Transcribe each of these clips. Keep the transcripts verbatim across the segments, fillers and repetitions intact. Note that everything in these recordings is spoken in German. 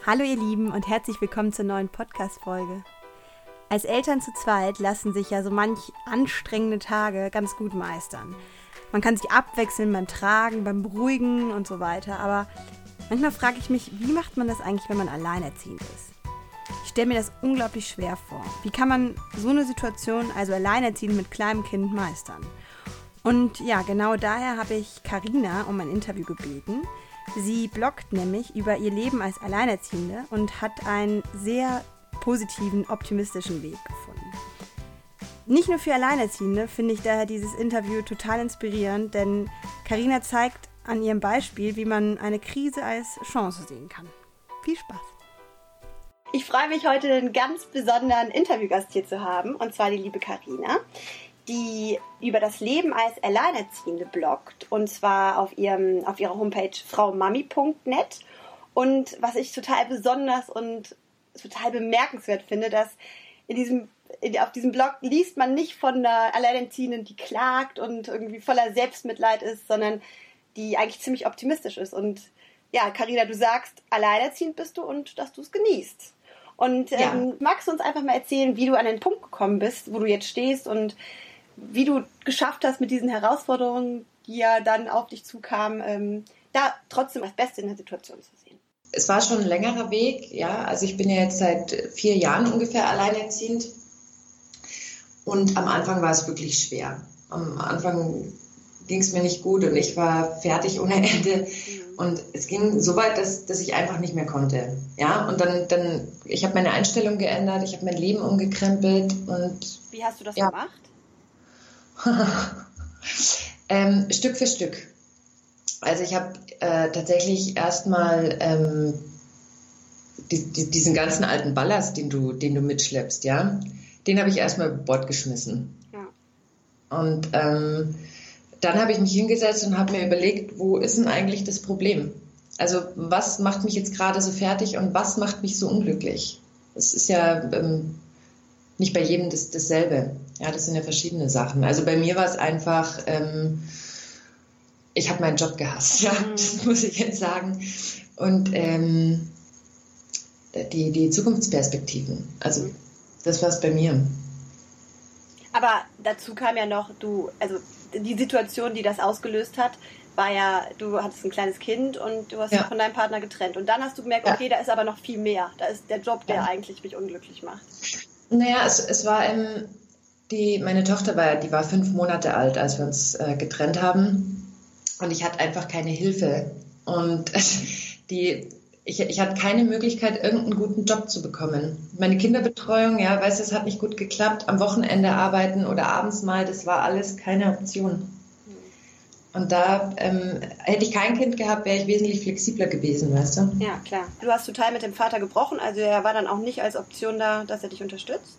Hallo ihr Lieben und herzlich willkommen zur neuen Podcast-Folge. Als Eltern zu zweit lassen sich ja so manch anstrengende Tage ganz gut meistern. Man kann sich abwechseln beim Tragen, beim Beruhigen und so weiter, aber manchmal frage ich mich, wie macht man das eigentlich, wenn man alleinerziehend ist? Ich stelle mir das unglaublich schwer vor. Wie kann man so eine Situation, also alleinerziehend mit kleinem Kind, meistern? Und ja, genau daher habe ich Carina um ein Interview gebeten. Sie bloggt nämlich über ihr Leben als Alleinerziehende und hat einen sehr positiven, optimistischen Weg gefunden. Nicht nur für Alleinerziehende finde ich daher dieses Interview total inspirierend, denn Carina zeigt an ihrem Beispiel, wie man eine Krise als Chance sehen kann. Viel Spaß! Ich freue mich, heute einen ganz besonderen Interviewgast hier zu haben, und zwar die liebe Carina, die über das Leben als Alleinerziehende bloggt, und zwar auf ihrem auf ihrer Homepage frau mami punkt net. Und was ich total besonders und total bemerkenswert finde, dass in diesem in, auf diesem Blog liest man nicht von einer Alleinerziehenden, die klagt und irgendwie voller Selbstmitleid ist, sondern die eigentlich ziemlich optimistisch ist. Und ja, Carina, du sagst, alleinerziehend bist du und dass du es genießt. Und ähm, ja. magst du uns einfach mal erzählen, wie du an den Punkt gekommen bist, wo du jetzt stehst und wie du geschafft hast, mit diesen Herausforderungen, die ja dann auf dich zukamen, ähm, da trotzdem das Beste in der Situation zu sehen? Es war schon ein längerer Weg, ja. Also ich bin ja jetzt seit vier Jahren ungefähr alleinerziehend. Und am Anfang war es wirklich schwer. Am Anfang ging es mir nicht gut und ich war fertig ohne Ende. Mhm. Und es ging so weit, dass, dass ich einfach nicht mehr konnte. Ja, und dann, dann ich habe meine Einstellung geändert, ich habe mein Leben umgekrempelt. Und wie hast du das ja. gemacht? ähm, Stück für Stück. Also ich habe äh, tatsächlich erstmal ähm, die, die, diesen ganzen alten Ballast, den du, den du mitschleppst, ja, den habe ich erstmal über Bord geschmissen. Ja. Und ähm, dann habe ich mich hingesetzt und habe mir überlegt, wo ist denn eigentlich das Problem? Also was macht mich jetzt gerade so fertig und was macht mich so unglücklich? Das ist ja ähm, nicht bei jedem das, dasselbe. Ja, das sind ja verschiedene Sachen. Also bei mir war es einfach, ähm, ich habe meinen Job gehasst, ja, das muss ich jetzt sagen. Und ähm, die, die Zukunftsperspektiven, also das war es bei mir. Aber dazu kam ja noch, du, also die Situation, die das ausgelöst hat, war ja, du hattest ein kleines Kind und du hast ja. dich von deinem Partner getrennt. Und dann hast du gemerkt, okay, ja. da ist aber noch viel mehr. Da ist der Job, der ja. eigentlich mich unglücklich macht. Naja, es, es war, ähm, die, meine Tochter war, die war fünf Monate alt, als wir uns äh, getrennt haben. Und ich hatte einfach keine Hilfe. Und die, ich, ich hatte keine Möglichkeit, irgendeinen guten Job zu bekommen. Meine Kinderbetreuung, ja, weißt du, es hat nicht gut geklappt. Am Wochenende arbeiten oder abends mal, das war alles keine Option. Und da ähm, hätte ich kein Kind gehabt, wäre ich wesentlich flexibler gewesen, weißt du? Ja, klar. Du hast total mit dem Vater gebrochen, also er war dann auch nicht als Option da, dass er dich unterstützt?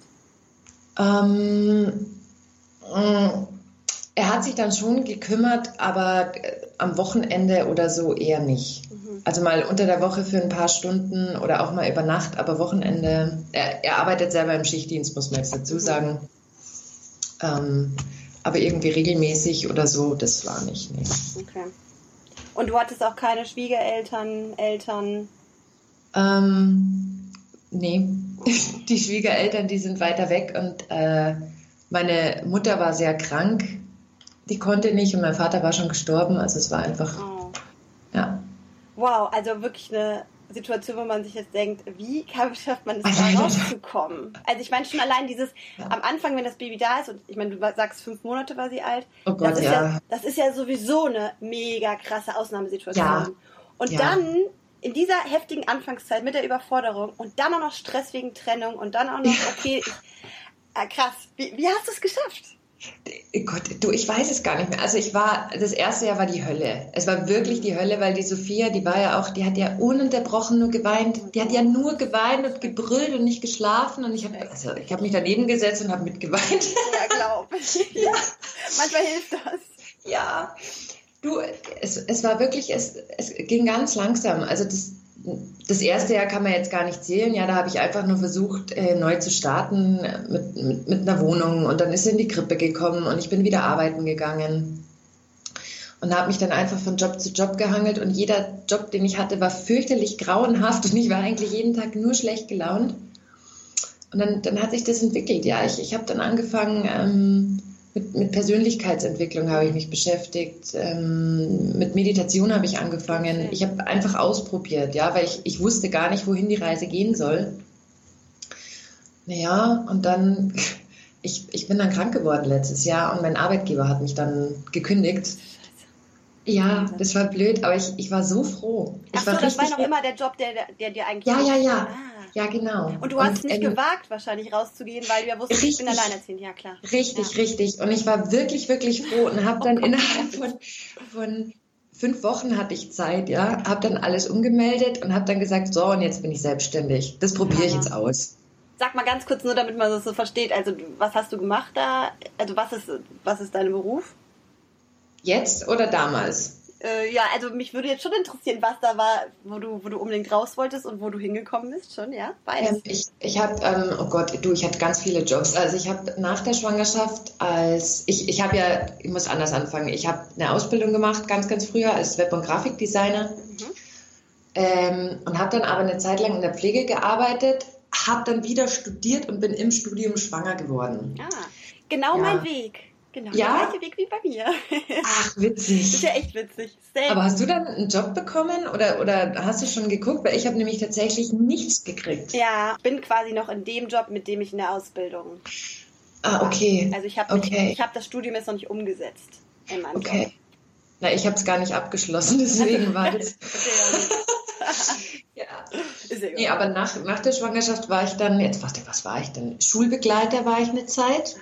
Ähm, äh, er hat sich dann schon gekümmert, aber äh, am Wochenende oder so eher nicht. Mhm. Also mal unter der Woche für ein paar Stunden oder auch mal über Nacht, aber Wochenende, er, er arbeitet selber im Schichtdienst, muss man jetzt dazu sagen. Mhm. Ähm, aber irgendwie regelmäßig oder so, das war nicht. Nee. Okay. Und du hattest auch keine Schwiegereltern, Eltern? Ähm, nee. Die Schwiegereltern, die sind weiter weg und äh, meine Mutter war sehr krank. Die konnte nicht und mein Vater war schon gestorben. Also es war einfach, oh. ja. Wow, also wirklich eine Situation, wo man sich jetzt denkt, wie schafft man es, da rauszukommen? Also ich meine schon allein dieses, ja. am Anfang, wenn das Baby da ist, und ich meine, du sagst, fünf Monate war sie alt, oh Gott, das, ist ja. ja, das ist ja sowieso eine mega krasse Ausnahmesituation. Ja. Und ja. dann in dieser heftigen Anfangszeit mit der Überforderung und dann auch noch Stress wegen Trennung und dann auch noch, okay, ich, äh, krass, wie, wie hast du es geschafft? Gott, du, ich weiß es gar nicht mehr. Also ich war, das erste Jahr war die Hölle. Es war wirklich die Hölle, weil die Sophia, die war ja auch, die hat ja ununterbrochen nur geweint. Die hat ja nur geweint und gebrüllt und nicht geschlafen. Und ich habe also ich hab mich daneben gesetzt und habe mitgeweint. Ja, glaube ich. Ja. Manchmal hilft das. Ja, du, es, es war wirklich, es, es ging ganz langsam. Also das, das erste Jahr kann man jetzt gar nicht zählen. Ja, da habe ich einfach nur versucht, äh, neu zu starten mit, mit, mit einer Wohnung. Und dann ist sie in die Krippe gekommen und ich bin wieder arbeiten gegangen. und habe mich dann einfach von Job zu Job gehangelt und jeder Job, den ich hatte, war fürchterlich grauenhaft und ich war eigentlich jeden Tag nur schlecht gelaunt. Und dann, dann hat sich das entwickelt, ja. Ich, ich habe dann angefangen, ähm, mit, mit Persönlichkeitsentwicklung habe ich mich beschäftigt, ähm, mit Meditation habe ich angefangen. Ich habe einfach ausprobiert, ja, weil ich, ich wusste gar nicht, wohin die Reise gehen soll. Naja, und dann... Ich, ich bin dann krank geworden letztes Jahr und mein Arbeitgeber hat mich dann gekündigt. Ja, das war blöd, aber ich, ich war so froh. Ich Ach so, war das war richtig, noch immer der Job, der, der, der dir eigentlich... Ja, ja, ja. Ah. Ja, genau. Und du hast und, nicht ähm, gewagt, wahrscheinlich rauszugehen, weil du ja wusstest, richtig, ich bin alleinerziehend. Ja, klar. Richtig, ja. richtig. Und ich war wirklich, wirklich froh und habe dann oh innerhalb von, von fünf Wochen hatte ich Zeit, ja, habe dann alles umgemeldet und habe dann gesagt, so, und jetzt bin ich selbstständig. Das probiere ich jetzt aus. Sag mal ganz kurz, nur damit man das so versteht, also was hast du gemacht da? Also was ist, was ist dein Beruf? Jetzt oder damals? Äh, ja, also mich würde jetzt schon interessieren, was da war, wo du, wo du unbedingt raus wolltest und wo du hingekommen bist, schon, ja? Beides. Ähm, ich ich habe, ähm, oh Gott, du, ich hatte ganz viele Jobs. Also ich habe nach der Schwangerschaft als, ich, ich habe ja, ich muss anders anfangen, ich habe eine Ausbildung gemacht, ganz, ganz früher als Web- und Grafikdesigner mhm. ähm, und habe dann aber eine Zeit lang in der Pflege gearbeitet, habe dann wieder studiert und bin im Studium schwanger geworden. Ah, genau ja. mein Weg. Genau, ja? der gleiche Weg wie bei mir. Ach, witzig. Das ist ja echt witzig. Sehr Aber hast du dann einen Job bekommen oder, oder hast du schon geguckt? Weil ich habe nämlich tatsächlich nichts gekriegt. Ja, bin quasi noch in dem Job, mit dem ich in der Ausbildung Ah, okay. Also ich habe okay. hab das Studium jetzt noch nicht umgesetzt in meinem okay. Job. Na, ich habe es gar nicht abgeschlossen, deswegen war das... ja. Ist ja nee, aber nach, nach der Schwangerschaft war ich dann, jetzt was, was war ich denn? Schulbegleiter war ich eine Zeit.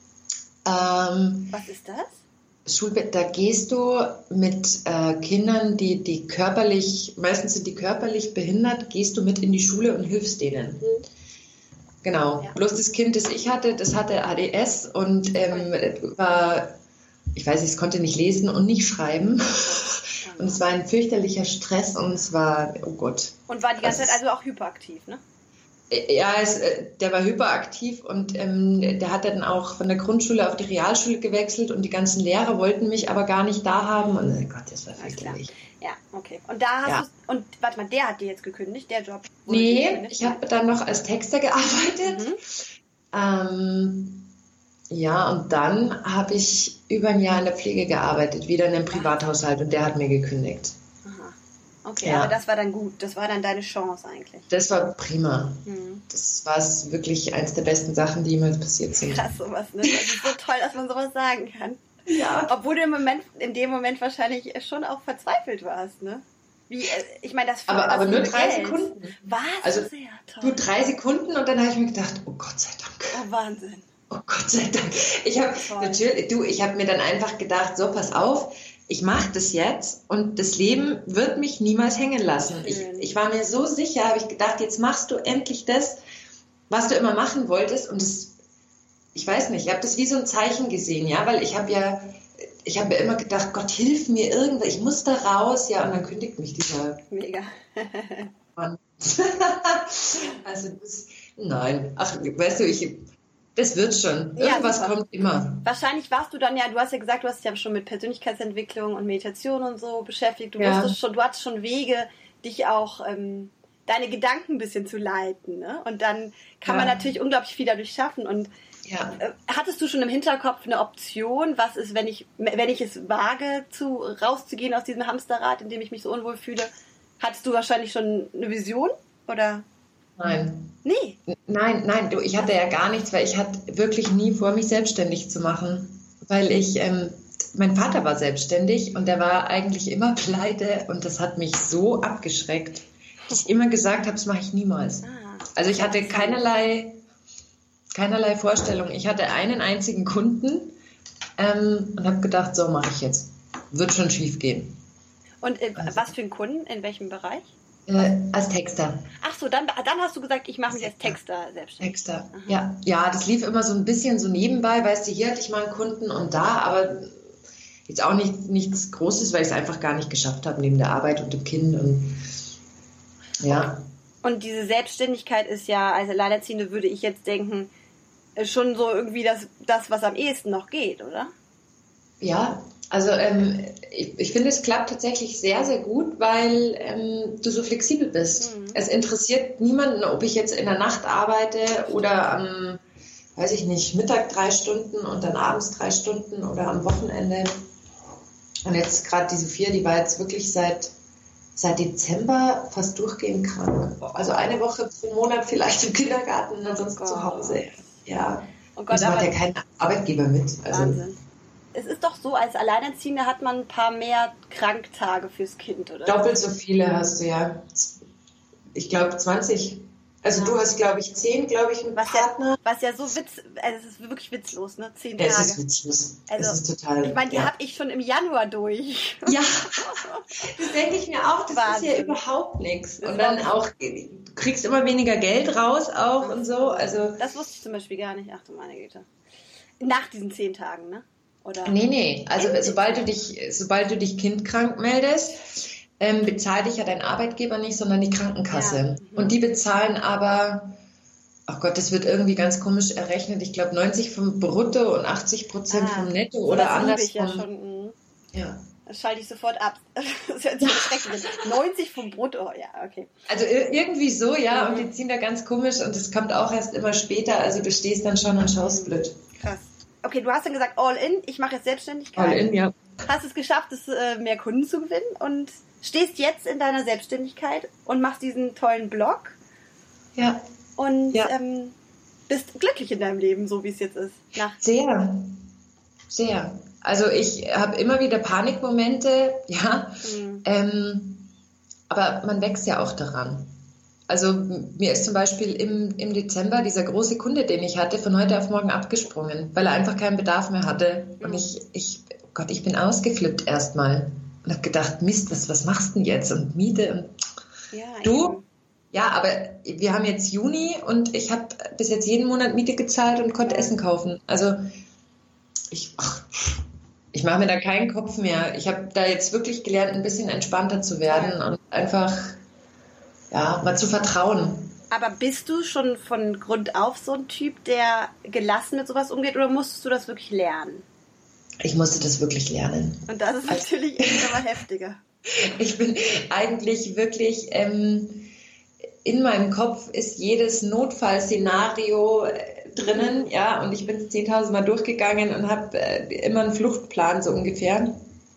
Ähm, was ist das? Schulbe- da gehst du mit äh, Kindern, die, die körperlich, meistens sind die körperlich behindert, gehst du mit in die Schule und hilfst denen. Mhm. Genau. Ja. Bloß das Kind, das ich hatte, das hatte A D S und ähm, war, ich weiß nicht, es konnte nicht lesen und nicht schreiben. Und es war ein fürchterlicher Stress und es war, oh Gott. Und war die ganze Zeit also auch hyperaktiv, ne? Ja, es, der war hyperaktiv und ähm, der hat dann auch von der Grundschule auf die Realschule gewechselt und die ganzen Lehrer wollten mich aber gar nicht da haben. Und oh Gott, das war fürchterlich. Ja, okay. Und da hast ja. du, und warte mal, der hat dir jetzt gekündigt, der Job? Nee, ich habe dann noch als Texter gearbeitet. Mhm. Ähm, ja, und dann habe ich über ein Jahr in der Pflege gearbeitet, wieder in einem Privathaushalt und der hat mir gekündigt. Aha. Okay, ja. Aber das war dann gut, das war dann deine Chance eigentlich. Das war prima. Mhm. Das war wirklich eins der besten Sachen, die jemals passiert sind. Krass, sowas, ne? Das ist so toll, dass man sowas sagen kann. Ja. Obwohl du im Moment, in dem Moment wahrscheinlich schon auch verzweifelt warst, ne? Wie, ich meine, das Aber, das aber nur drei Geld. Sekunden. Was? Also sehr toll. Nur drei Sekunden und dann habe ich mir gedacht, oh Gott sei Dank. Oh, Wahnsinn. Oh Gott sei Dank. Ich habe natürlich, du, ich habe mir dann einfach gedacht, so pass auf, ich mache das jetzt und das Leben wird mich niemals hängen lassen. Ich, ich war mir so sicher, habe ich gedacht, jetzt machst du endlich das, was du immer machen wolltest und das, ich weiß nicht, ich habe das wie so ein Zeichen gesehen, ja, weil ich habe ja, ich habe ja immer gedacht, Gott hilf mir irgendwas, ich muss da raus, ja, und dann kündigt mich dieser Mega. Mann. Also das, nein, ach, weißt du, ich das wird schon. Irgendwas ja, kommt immer. Wahrscheinlich warst du dann ja, du hast ja gesagt, du hast dich ja schon mit Persönlichkeitsentwicklung und Meditation und so beschäftigt. Du ja. wusstest schon, du hattest schon Wege, dich auch ähm, deine Gedanken ein bisschen zu leiten. Ne? Und dann kann ja. man natürlich unglaublich viel dadurch schaffen. Und ja. äh, hattest du schon im Hinterkopf eine Option, was ist, wenn ich, wenn ich es wage, zu, rauszugehen aus diesem Hamsterrad, in dem ich mich so unwohl fühle? Hattest du wahrscheinlich schon eine Vision? Oder? Nein. Nee. Nein, nein, du, ich hatte ja gar nichts, weil ich hatte wirklich nie vor, mich selbstständig zu machen. Weil ich, ähm, mein Vater war selbstständig und der war eigentlich immer pleite und das hat mich so abgeschreckt, dass ich immer gesagt habe, das mache ich niemals. Ah, also ich hatte keinerlei, keinerlei Vorstellung. Ich hatte einen einzigen Kunden ähm, und habe gedacht, so mache ich jetzt. Wird schon schief gehen. Und äh, also, was für einen Kunden? In welchem Bereich? Äh, als Texter. Ach so, dann, dann hast du gesagt, ich mache mich als Texter selbstständig. Texter, ja. Ja, das lief immer so ein bisschen so nebenbei. Weißt du, hier hatte ich mal einen Kunden und da, aber jetzt auch nicht, nichts Großes, weil ich es einfach gar nicht geschafft habe, neben der Arbeit und dem Kind. Und ja. Und diese Selbstständigkeit ist ja, als Alleinerziehende würde ich jetzt denken, schon so irgendwie das, das was am ehesten noch geht, oder? Ja, Also ähm, ich, ich finde, es klappt tatsächlich sehr, sehr gut, weil ähm, du so flexibel bist. Mhm. Es interessiert niemanden, ob ich jetzt in der Nacht arbeite oder am, weiß ich nicht, Mittag drei Stunden und dann abends drei Stunden oder am Wochenende. Und jetzt gerade die Sophia, die war jetzt wirklich seit, seit Dezember fast durchgehend krank. Also eine Woche pro Monat vielleicht im Kindergarten und ansonsten oh zu Hause. Ja. Oh Gott, und es macht ja kein Arbeitgeber mit. Also, Wahnsinn. Es ist doch so, als Alleinerziehende hat man ein paar mehr Kranktage fürs Kind, oder? Doppelt so viele hast du, ja. Ich glaube zwanzig. Also ja. Du hast, glaube ich, zehn, glaube ich, mit was Partner. Ja, was ja so witz, also es ist wirklich witzlos, ne? Zehn Tage. Es ist witzlos. Also, es ist total. Ich meine, die ja. habe ich schon im Januar durch. Ja, das denke ich mir auch. Das Wahnsinn. Ist ja überhaupt nichts. Und dann auch, du kriegst immer weniger Geld raus auch und so. Also das wusste ich zum Beispiel gar nicht. Ach du meine Güte. Nach diesen zehn Tagen, ne? Oder? Nee, nee. Also sobald du dich, sobald du dich kindkrank meldest, ähm, bezahlt dich ja dein Arbeitgeber nicht, sondern die Krankenkasse. Ja. Mhm. Und die bezahlen aber, ach Gott, das wird irgendwie ganz komisch errechnet. Ich glaube neunzig vom Brutto und achtzig Prozent ah, vom Netto oder das anders. Ich ja, schon, mh. ja. Das schalte ich sofort ab. Das hört sich schrecklich an. neunzig vom Brutto, ja, okay. Also irgendwie so, ja, mhm. Und die ziehen da ganz komisch und das kommt auch erst immer später. Also du stehst dann schon und schaust blöd. Krass. Okay, du hast dann gesagt, all in, ich mache jetzt Selbstständigkeit. All in, ja. Hast es geschafft, das, äh, mehr Kunden zu gewinnen und stehst jetzt in deiner Selbstständigkeit und machst diesen tollen Blog. Ja. Und ja. Ähm, bist glücklich in deinem Leben, so wie es jetzt ist. Nach sehr, sehr. Also ich habe immer wieder Panikmomente, ja, mhm. ähm, aber man wächst ja auch daran. Also mir ist zum Beispiel im, im Dezember dieser große Kunde, den ich hatte, von heute auf morgen abgesprungen, weil er einfach keinen Bedarf mehr hatte. Und ich, ich oh Gott, ich bin ausgeflippt erstmal und habe gedacht, Mist, was, was machst du denn jetzt? Und Miete und ja, du? Eben. Ja, aber wir haben jetzt Juni und ich habe bis jetzt jeden Monat Miete gezahlt und konnte Essen kaufen. Also ich, ach, ich mache mir da keinen Kopf mehr. Ich habe da jetzt wirklich gelernt, ein bisschen entspannter zu werden und einfach ja, mal zu vertrauen. Aber bist du schon von Grund auf so ein Typ, der gelassen mit sowas umgeht, oder musstest du das wirklich lernen? Ich musste das wirklich lernen. Und das ist natürlich echt aber heftiger. Ich bin eigentlich wirklich, ähm, in meinem Kopf ist jedes Notfallszenario äh, drinnen, ja, und ich bin zehntausend Mal durchgegangen und habe äh, immer einen Fluchtplan so ungefähr.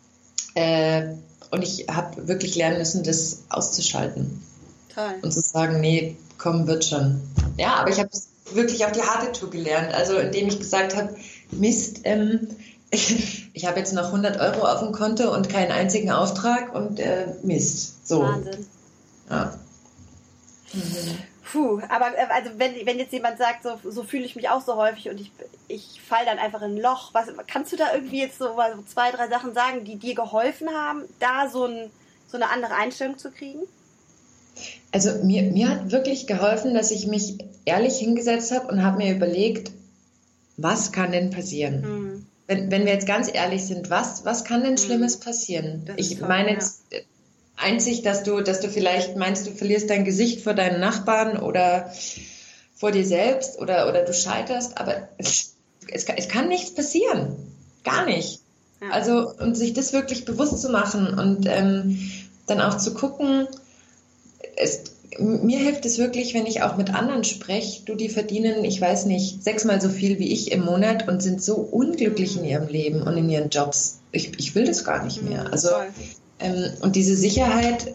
Äh, und ich habe wirklich lernen müssen, das auszuschalten. Toll. Und zu sagen, nee, komm, wird schon. Ja, aber ich habe es wirklich auf die harte Tour gelernt. Also indem ich gesagt habe, Mist, ähm, ich, ich habe jetzt noch hundert Euro auf dem Konto und keinen einzigen Auftrag und äh, Mist. So. Wahnsinn. Ja. Mhm. Puh, aber also wenn, wenn jetzt jemand sagt, so, so fühle ich mich auch so häufig und ich, ich falle dann einfach in ein Loch, was, kannst du da irgendwie jetzt so zwei, drei Sachen sagen, die dir geholfen haben, da so, ein, so eine andere Einstellung zu kriegen? Also mir, mir hat wirklich geholfen, dass ich mich ehrlich hingesetzt habe und habe mir überlegt, was kann denn passieren? Mhm. Wenn, wenn wir jetzt ganz ehrlich sind, was, was kann denn Schlimmes passieren? Ich toll, meine jetzt ja. einzig, dass du, dass du vielleicht meinst, du verlierst dein Gesicht vor deinen Nachbarn oder vor dir selbst oder, oder du scheiterst, aber es, es, kann, es kann nichts passieren. Gar nicht. Ja. Also, und sich das wirklich bewusst zu machen und ähm, dann auch zu gucken, es, mir hilft es wirklich, wenn ich auch mit anderen spreche, du, die verdienen, ich weiß nicht, sechsmal so viel wie ich im Monat und sind so unglücklich in ihrem Leben und in ihren Jobs. Ich, ich will das gar nicht mehr. Also, ähm, und diese Sicherheit,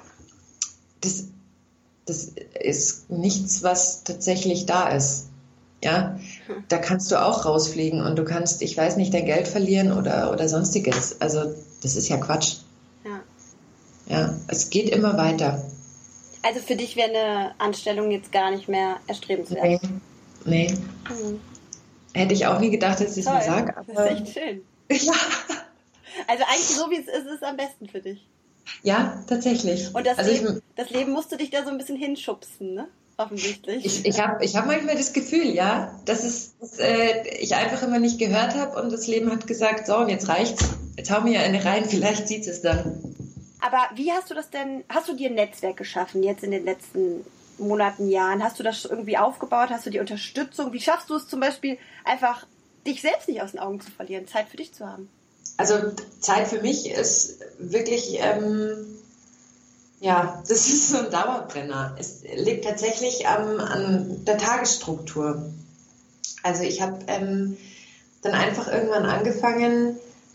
das, das ist nichts, was tatsächlich da ist. Ja, da kannst du auch rausfliegen und du kannst, ich weiß nicht, dein Geld verlieren oder, oder sonstiges. Also, das ist ja Quatsch. Ja. Ja, es geht immer weiter. Also für dich wäre eine Anstellung jetzt gar nicht mehr erstrebenswert? Nee. nee. Mhm. Hätte ich auch nie gedacht, dass ich es mir sage. Das ist echt schön. Ja. Also eigentlich so, wie es ist, ist es am besten für dich. Ja, tatsächlich. Und das, also Leben, ich, das Leben musste dich da so ein bisschen hinschubsen, ne? Offensichtlich. Ich, ich habe ich hab manchmal das Gefühl, ja, dass, es, dass äh, ich einfach immer nicht gehört habe und das Leben hat gesagt, so, jetzt reicht's. Jetzt hau mir ja eine rein, vielleicht sieht es dann. Aber wie hast du das denn, hast du dir ein Netzwerk geschaffen jetzt in den letzten Monaten, Jahren? Hast du das irgendwie aufgebaut? Hast du die Unterstützung? Wie schaffst du es zum Beispiel einfach, dich selbst nicht aus den Augen zu verlieren, Zeit für dich zu haben? also Zeit für mich ist wirklich, ähm, ja, das ist so ein Dauerbrenner. Es liegt tatsächlich ähm, an der Tagesstruktur. Also ich habe ähm, dann einfach irgendwann angefangen,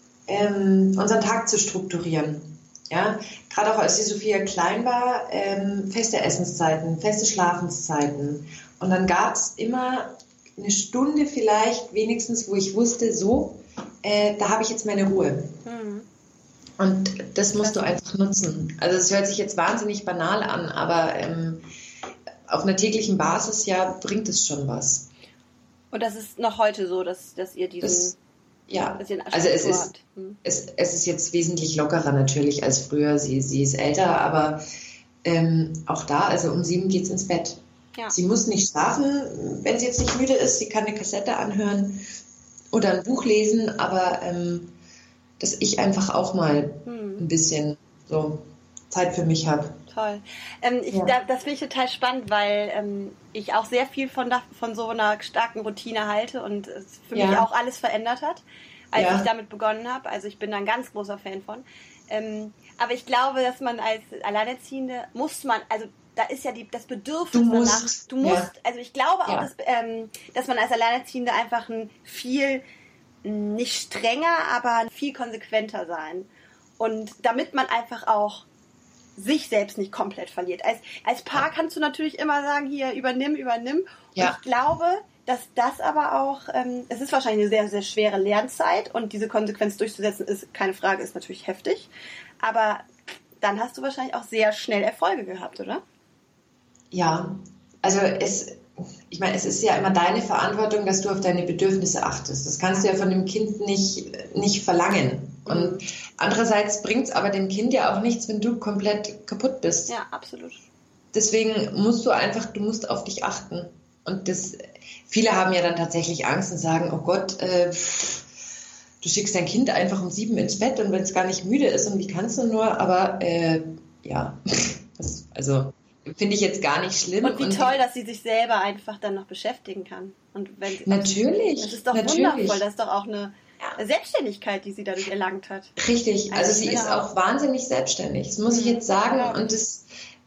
ähm, unseren Tag zu strukturieren. Ja, gerade auch als die Sophia klein war, ähm, feste Essenszeiten, feste Schlafenszeiten. Und dann gab es immer eine Stunde vielleicht wenigstens, wo ich wusste, so, äh, da habe ich jetzt meine Ruhe. Mhm. Und das musst du einfach nutzen. Also es hört sich jetzt wahnsinnig banal an, aber ähm, auf einer täglichen Basis ja bringt es schon was. Und das ist noch heute so, dass, dass ihr diesen... Das, ja, dass ihr also es ist, hm. es, es ist jetzt wesentlich lockerer natürlich als früher. Sie, sie ist älter, aber ähm, auch da, also um sieben geht es ins Bett. Ja. Sie muss nicht schlafen, wenn sie jetzt nicht müde ist. Sie kann eine Kassette anhören oder ein Buch lesen, aber ähm, dass ich einfach auch mal hm. ein bisschen so Zeit für mich habe. Toll. Ähm, ich, ja. da, das finde ich total spannend, weil ähm, ich auch sehr viel von, von so einer starken Routine halte und es für ja. mich auch alles verändert hat, als ja. ich damit begonnen habe. Also ich bin da ein ganz großer Fan von. Ähm, aber ich glaube, dass man als Alleinerziehende muss man, also da ist ja die, das Bedürfnis du danach. Musst, du musst, ja. also ich glaube auch, ja. dass, ähm, dass man als Alleinerziehende einfach ein viel, nicht strenger, aber viel konsequenter sein. Und damit man einfach auch sich selbst nicht komplett verliert. Als, als Paar kannst du natürlich immer sagen, hier, übernimm, übernimm. Und ja. ich glaube, dass das aber auch, ähm, es ist wahrscheinlich eine sehr, sehr schwere Lernzeit und diese Konsequenz durchzusetzen ist, keine Frage, ist natürlich heftig. Aber dann hast du wahrscheinlich auch sehr schnell Erfolge gehabt, oder? Ja, also es, ich meine, es ist ja immer deine Verantwortung, dass du auf deine Bedürfnisse achtest. Das kannst du ja von dem Kind nicht, nicht verlangen. Und andererseits bringt es aber dem Kind ja auch nichts, wenn du komplett kaputt bist. Ja, absolut. Deswegen musst du einfach, du musst auf dich achten. Und das, viele haben ja dann tatsächlich Angst und sagen, oh Gott, äh, du schickst dein Kind einfach um sieben ins Bett und wenn es gar nicht müde ist und wie kannst du nur, aber äh, ja, das, also finde ich jetzt gar nicht schlimm. Und wie und toll, dass sie sich selber einfach dann noch beschäftigen kann. Und wenn sie, natürlich. Das ist doch natürlich. wundervoll, das ist doch auch eine ja. Selbstständigkeit, die sie dadurch erlangt hat. Richtig, also, also sie ist auch, auch wahnsinnig selbstständig, das muss mhm. ich jetzt sagen. Ja. Und das,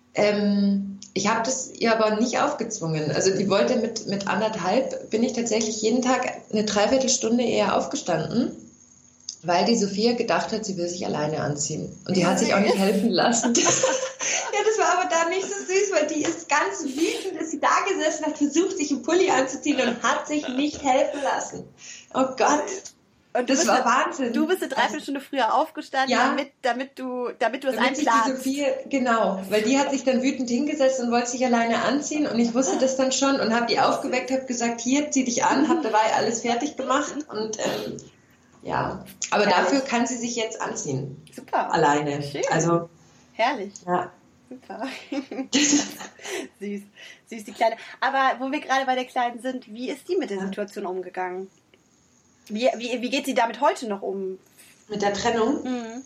ähm, ich habe das ihr aber nicht aufgezwungen. Also die wollte mit, mit anderthalb, bin ich tatsächlich jeden Tag eine Dreiviertelstunde eher aufgestanden, weil die Sophia gedacht hat, sie will sich alleine anziehen. Und die hat sich auch nicht helfen lassen. Ja, das war aber da nicht so süß, weil die ist ganz wütend, ist sie da gesessen, hat versucht, sich einen Pulli anzuziehen und hat sich nicht helfen lassen. Oh Gott. Und das war Wahnsinn. Du bist eine Dreiviertelstunde früher aufgestanden, ja, damit, damit du, damit du es einplanst. Die Sophie, genau, weil die hat sich dann wütend hingesetzt und wollte sich alleine anziehen und ich wusste das dann schon und habe die aufgeweckt, habe gesagt, hier, zieh dich an, habe dabei alles fertig gemacht und ähm, ja, aber herrlich. Dafür kann sie sich jetzt anziehen. Super. Alleine. Schön. Also, herrlich. Ja. Super. Süß. Süß, die Kleine. Aber wo wir gerade bei der Kleinen sind, wie ist die mit der Situation umgegangen? Wie, wie, wie geht sie damit heute noch um? Mit der Trennung? Mhm.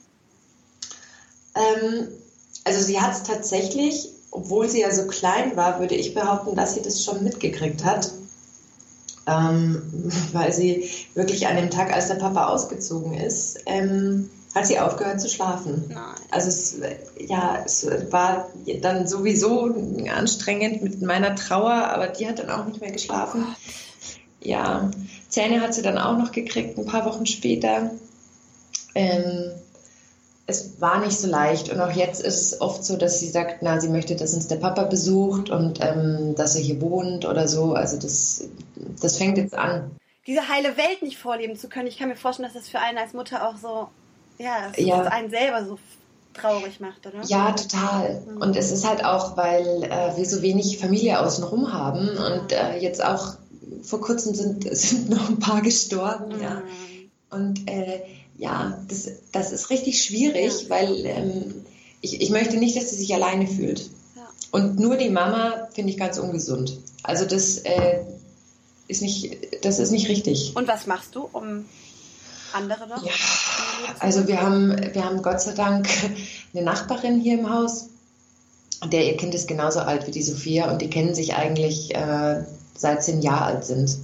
Ähm, also sie hat es tatsächlich, obwohl sie ja so klein war, würde ich behaupten, dass sie das schon mitgekriegt hat. Ähm, weil sie wirklich an dem Tag, als der Papa ausgezogen ist, ähm, hat sie aufgehört zu schlafen. Nein. Also es, ja, es war dann sowieso anstrengend mit meiner Trauer, aber die hat dann auch nicht mehr geschlafen. Oh, ja, Zähne hat sie dann auch noch gekriegt, ein paar Wochen später. Ähm, es war nicht so leicht und auch jetzt ist es oft so, dass sie sagt, na, sie möchte, dass uns der Papa besucht und ähm, dass er hier wohnt oder so. Also das, das fängt jetzt an. Diese heile Welt nicht vorleben zu können, ich kann mir vorstellen, dass das für einen als Mutter auch so, ja, dass ja. das einen selber so traurig macht, oder? Ja, total. Mhm. Und es ist halt auch, weil äh, wir so wenig Familie außenrum haben und äh, jetzt auch vor kurzem sind, sind noch ein paar gestorben, mhm. ja. Und äh, ja, das, das ist richtig schwierig, ja. weil ähm, ich, ich möchte nicht, dass sie sich alleine fühlt. Ja. Und nur die Mama finde ich ganz ungesund. Also das äh, ist nicht, das ist nicht richtig. Und was machst du, um andere noch? Ja, also wir haben, wir haben Gott sei Dank eine Nachbarin hier im Haus, der ihr Kind ist genauso alt wie die Sophia und die kennen sich eigentlich äh, seit sie ein Jahr alt sind.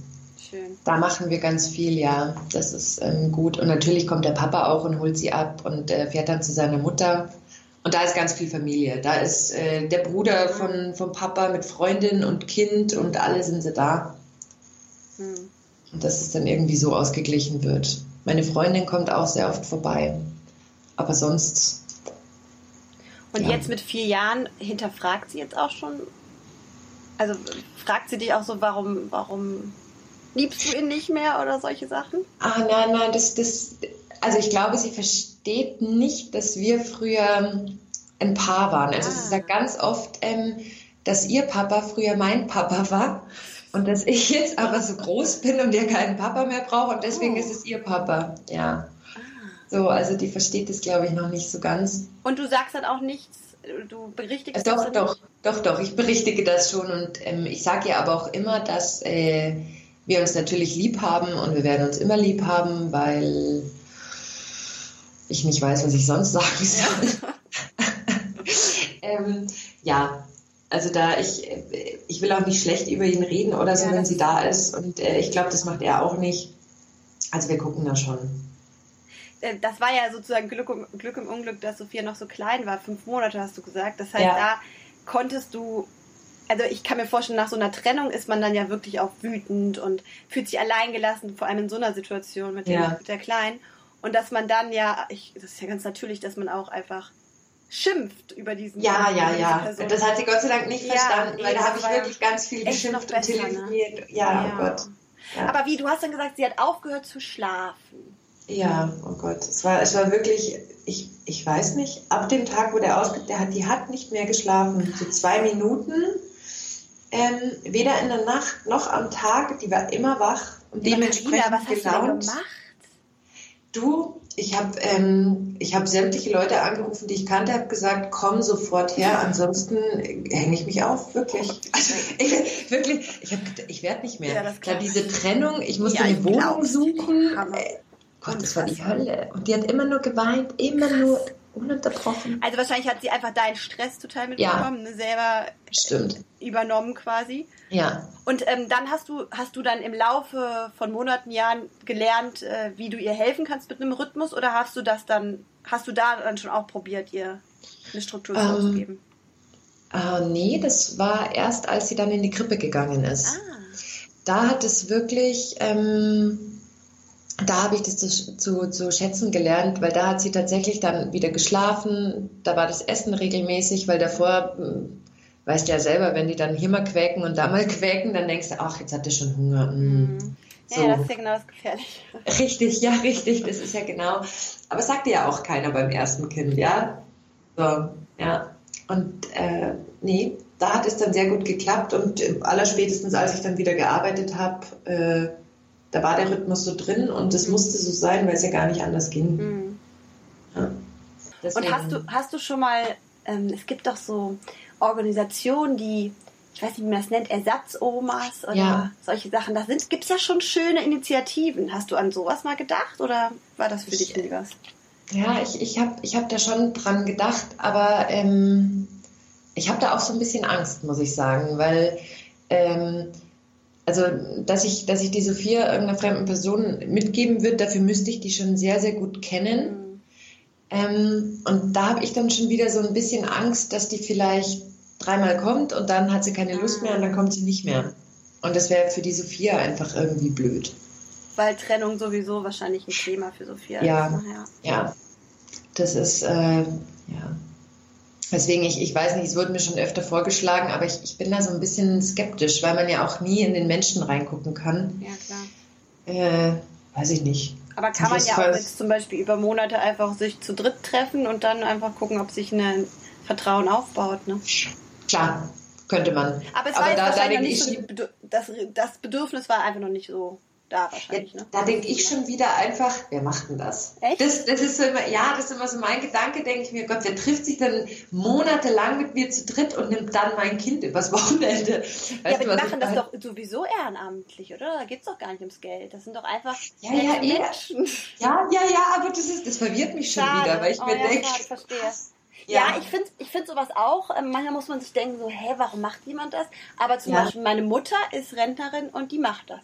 schön. Da machen wir ganz viel, ja. Das ist ähm, gut. Und natürlich kommt der Papa auch und holt sie ab und äh, fährt dann zu seiner Mutter. Und da ist ganz viel Familie. Da ist äh, der Bruder von, vom Papa mit Freundin und Kind und alle sind sie da. Hm. Und dass es dann irgendwie so ausgeglichen wird. Meine Freundin kommt auch sehr oft vorbei. Aber sonst... Und ja. Jetzt mit vier Jahren hinterfragt sie jetzt auch schon... Also fragt sie dich auch so, warum, warum liebst du ihn nicht mehr oder solche Sachen? Ah, nein, nein, das, das, also ich glaube, sie versteht nicht, dass wir früher ein Paar waren. Also ah. sie sagt ganz oft, ähm, dass ihr Papa früher mein Papa war und dass ich jetzt aber so groß bin und ihr keinen Papa mehr brauche und deswegen oh. ist es ihr Papa. Ja. Ah. So, also die versteht das, glaube ich, noch nicht so ganz. Und du sagst dann auch nichts? Du berichtigst doch, das doch, doch, doch, ich berichtige das schon und ähm, ich sage ihr aber auch immer, dass äh, wir uns natürlich lieb haben und wir werden uns immer lieb haben, weil ich nicht weiß, was ich sonst sagen soll. ähm, ja, also da ich, ich will auch nicht schlecht über ihn reden oder so, ja, wenn sie da ist und äh, ich glaube, das macht er auch nicht. Also wir gucken da schon. Das war ja sozusagen Glück, um, Glück im Unglück, dass Sophia noch so klein war. Fünf Monate hast du gesagt. Das heißt, ja. da konntest du, also ich kann mir vorstellen, nach so einer Trennung ist man dann ja wirklich auch wütend und fühlt sich alleingelassen, vor allem in so einer Situation mit, ja. dem, mit der Kleinen. Und dass man dann ja, ich, das ist ja ganz natürlich, dass man auch einfach schimpft über diesen Ja, über ja, diese ja. Person. Das hat sie Gott sei Dank nicht ja, verstanden, nee, weil da habe ich wirklich ganz viel geschimpft und telefoniert. Ne? Ja, ja, oh Gott. Ja. Aber wie, du hast dann gesagt, sie hat aufgehört zu schlafen. Ja, oh Gott, es war, es war wirklich, ich, ich weiß nicht, ab dem Tag, wo der ausgeht, der hat, die hat nicht mehr geschlafen, so zwei Minuten, ähm, weder in der Nacht noch am Tag, die war immer wach und ja, dementsprechend Carina, was hast gelaunt. du denn gemacht? Du, ich habe ähm, ich hab sämtliche Leute angerufen, die ich kannte, habe gesagt, komm sofort her, ansonsten hänge ich mich auf, wirklich. Also, ich, wirklich, ich, hab, ich werde nicht mehr. Ja, Klar, diese Trennung, ich musste ja, eine ich Wohnung glaub's. suchen. Äh, Gott, das war die Hölle. Und die hat immer nur geweint, immer Krass. nur ununterbrochen. Also wahrscheinlich hat sie einfach deinen Stress total mitbekommen, ja. ne, selber Stimmt. übernommen quasi. Ja. Und ähm, dann hast du, hast du dann im Laufe von Monaten, Jahren gelernt, äh, wie du ihr helfen kannst mit einem Rhythmus, oder hast du das dann, hast du da dann schon auch probiert, ihr eine Struktur ähm, vorzugeben? Äh, nee, das war erst, als sie dann in die Krippe gegangen ist. Ah. Da hat es wirklich... Ähm, Da habe ich das zu, zu, zu schätzen gelernt, weil da hat sie tatsächlich dann wieder geschlafen, da war das Essen regelmäßig, weil davor, weißt du ja selber, wenn die dann hier mal quäken und da mal quäken, dann denkst du, ach, jetzt hat der schon Hunger. Mhm. So. Ja, das ist ja genau das Gefährliche. Richtig, ja, richtig, das ist ja genau. Aber es sagte ja auch keiner beim ersten Kind, ja. So, ja. Und äh, nee, da hat es dann sehr gut geklappt und allerspätestens, als ich dann wieder gearbeitet habe, äh, da war der Rhythmus so drin und es mhm. musste so sein, weil es ja gar nicht anders ging. Mhm. Ja. Und hast du, hast du schon mal, ähm, es gibt doch so Organisationen, die, ich weiß nicht, wie man das nennt, Ersatzomas oder ja. solche Sachen. Da gibt es ja schon schöne Initiativen. Hast du an sowas mal gedacht oder war das für ich, dich nie was? Ja, ich, ich habe ich hab da schon dran gedacht, aber ähm, ich habe da auch so ein bisschen Angst, muss ich sagen, weil... Ähm, Also, dass ich, dass ich die Sophia irgendeiner fremden Person mitgeben würde, dafür müsste ich die schon sehr, sehr gut kennen. Mhm. Ähm, und da habe ich dann schon wieder so ein bisschen Angst, dass die vielleicht dreimal kommt und dann hat sie keine Lust mehr und dann kommt sie nicht mehr. Und das wäre für die Sophia einfach irgendwie blöd. Weil Trennung sowieso wahrscheinlich ein Thema für Sophia ja, ist. Ja, ja. Das ist, äh, ja... Deswegen, ich, ich weiß nicht, es wurde mir schon öfter vorgeschlagen, aber ich, ich bin da so ein bisschen skeptisch, weil man ja auch nie in den Menschen reingucken kann. Ja, klar. Äh, weiß ich nicht. Aber kann man ja auch jetzt zum Beispiel über Monate einfach sich zu dritt treffen und dann einfach gucken, ob sich ein Vertrauen aufbaut, ne? Klar, könnte man. Aber es war aber jetzt da, wahrscheinlich da noch nicht ich so, die, das, das Bedürfnis war einfach noch nicht so da wahrscheinlich, ja, ne? Da denke ich schon wieder einfach, wer macht denn das? Echt? Das, das ist so immer, ja, das ist immer so mein Gedanke, denke ich mir, Gott, wer trifft sich dann monatelang mit mir zu dritt und nimmt dann mein Kind übers Wochenende? Weißt ja, aber du, die machen das doch sowieso ehrenamtlich, oder? Da geht es doch gar nicht ums Geld. Das sind doch einfach ja, ja, Menschen. Ja, ja, ja, aber das ist, das verwirrt mich schon Schade. wieder, weil ich oh, mir ja, denke... Ich verstehe. Ja, ja, ich finde ich find sowas auch. Ähm, manchmal muss man sich denken, so, hä, warum macht jemand das? Aber zum ja. Beispiel meine Mutter ist Rentnerin und die macht das.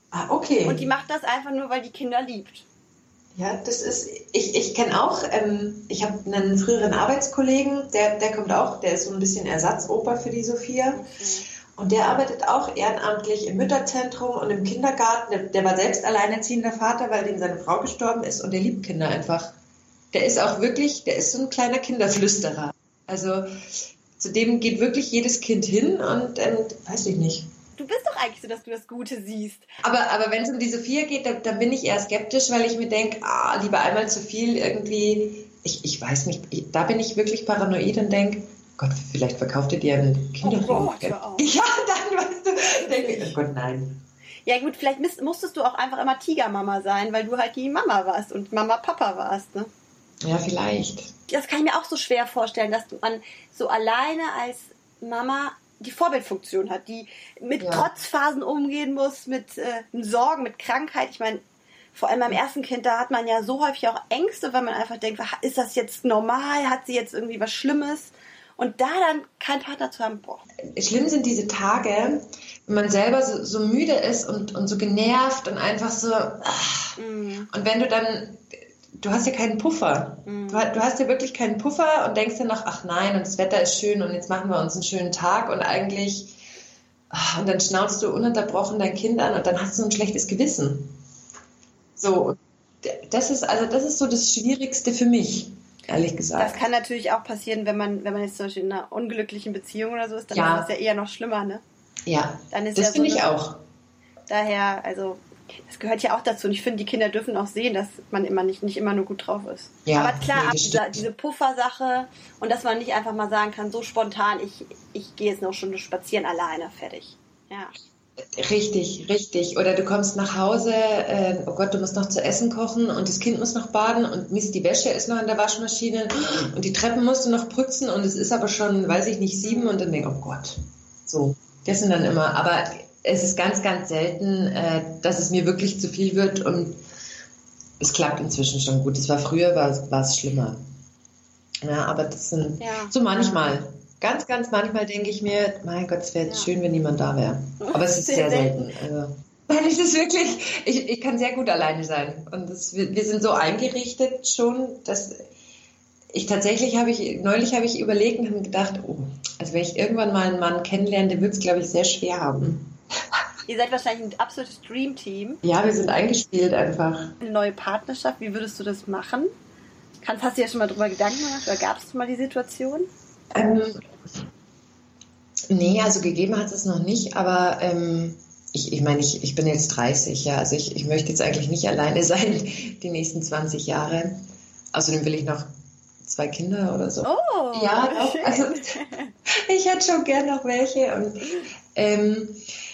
Ah, okay. Und die macht das einfach nur, weil die Kinder liebt. Ja, das ist, ich, ich kenne auch, ähm, ich habe einen früheren Arbeitskollegen, der, der kommt auch, der ist so ein bisschen Ersatzoper für die Sophia. Mhm. Und der arbeitet auch ehrenamtlich im Mütterzentrum und im Kindergarten. Der, der war selbst alleinerziehender Vater, weil dem seine Frau gestorben ist und der liebt Kinder einfach. Der ist auch wirklich, der ist so ein kleiner Kinderflüsterer. Also zu dem geht wirklich jedes Kind hin und ähm, weiß ich nicht. Du bist doch eigentlich so, dass du das Gute siehst. Aber, aber wenn es um die Sophia geht, dann, dann bin ich eher skeptisch, weil ich mir denke, ah, lieber einmal zu viel irgendwie, ich, ich weiß nicht, ich, da bin ich wirklich paranoid und denke, Gott, vielleicht verkauft ihr dir einen Kinderfilm. Oh Gott, hör auf. Ja, dann weißt du, denke ich, oh Gott, nein. Ja gut, vielleicht musstest du auch einfach immer Tigermama sein, weil du halt die Mama warst und Mama Papa warst, ne? Ja, vielleicht. Das kann ich mir auch so schwer vorstellen, dass man so alleine als Mama die Vorbildfunktion hat, die mit ja. Trotzphasen umgehen muss, mit äh, Sorgen, mit Krankheit. Ich meine, vor allem beim ersten Kind, da hat man ja so häufig auch Ängste, weil man einfach denkt, ist das jetzt normal? Hat sie jetzt irgendwie was Schlimmes? Und da dann keinen Partner zu haben, boah. Schlimm sind diese Tage, wenn man selber so, so müde ist und, und so genervt und einfach so. Ach. Mm. Und wenn du dann, du hast ja keinen Puffer. Mm. Du, du hast ja wirklich keinen Puffer und denkst dann noch, ach nein, und das Wetter ist schön und jetzt machen wir uns einen schönen Tag und eigentlich, ach, und dann schnauzt du ununterbrochen dein Kind an und dann hast du ein schlechtes Gewissen. So, das ist, also das ist so das Schwierigste für mich. Ehrlich gesagt. Das kann natürlich auch passieren, wenn man, wenn man jetzt zum Beispiel in einer unglücklichen Beziehung oder so ist, dann ja. ist das ja eher noch schlimmer, ne? Ja, dann ist das ja finde so ich auch. Daher, also, das gehört ja auch dazu. Und ich finde, die Kinder dürfen auch sehen, dass man immer nicht, nicht immer nur gut drauf ist. Ja, aber klar, nee, diese, diese Puffersache und dass man nicht einfach mal sagen kann, so spontan, ich, ich gehe jetzt noch eine Stunde spazieren alleine, fertig. Ja. Richtig, richtig. Oder du kommst nach Hause, äh, oh Gott, du musst noch zu essen kochen und das Kind muss noch baden und Mist, die Wäsche ist noch in der Waschmaschine und die Treppen musst du noch putzen und es ist aber schon, weiß ich nicht, sieben und dann denke ich, oh Gott. So, das sind dann immer, aber es ist ganz, ganz selten, äh, dass es mir wirklich zu viel wird und es klappt inzwischen schon gut. Es war früher, war, war es schlimmer. Ja, aber das sind ja. so manchmal. Ganz, ganz manchmal denke ich mir, mein Gott, es wäre jetzt ja. schön, wenn niemand da wäre. Aber es ist sehr, sehr selten. Also, nein, es ist wirklich, ich, ich kann sehr gut alleine sein. Und das, wir, wir sind so eingerichtet schon, dass ich tatsächlich habe ich, neulich habe ich überlegt und habe gedacht, oh, also wenn ich irgendwann mal einen Mann kennenlerne, der wird es, glaube ich, sehr schwer haben. Ihr seid wahrscheinlich ein absolutes Dream-Team. Ja, wir sind eingespielt einfach. Eine neue Partnerschaft, wie würdest du das machen? Kannst, hast du ja schon mal drüber Gedanken gemacht oder gab es mal die Situation? Ähm, nee, also gegeben hat es noch nicht, aber ähm, ich, ich meine, ich, ich bin jetzt dreißig, ja, also ich, ich möchte jetzt eigentlich nicht alleine sein die nächsten zwanzig Jahre. Außerdem will ich noch zwei Kinder oder so. Oh, ja, auch, also ich hätte schon gern noch welche. Und ähm,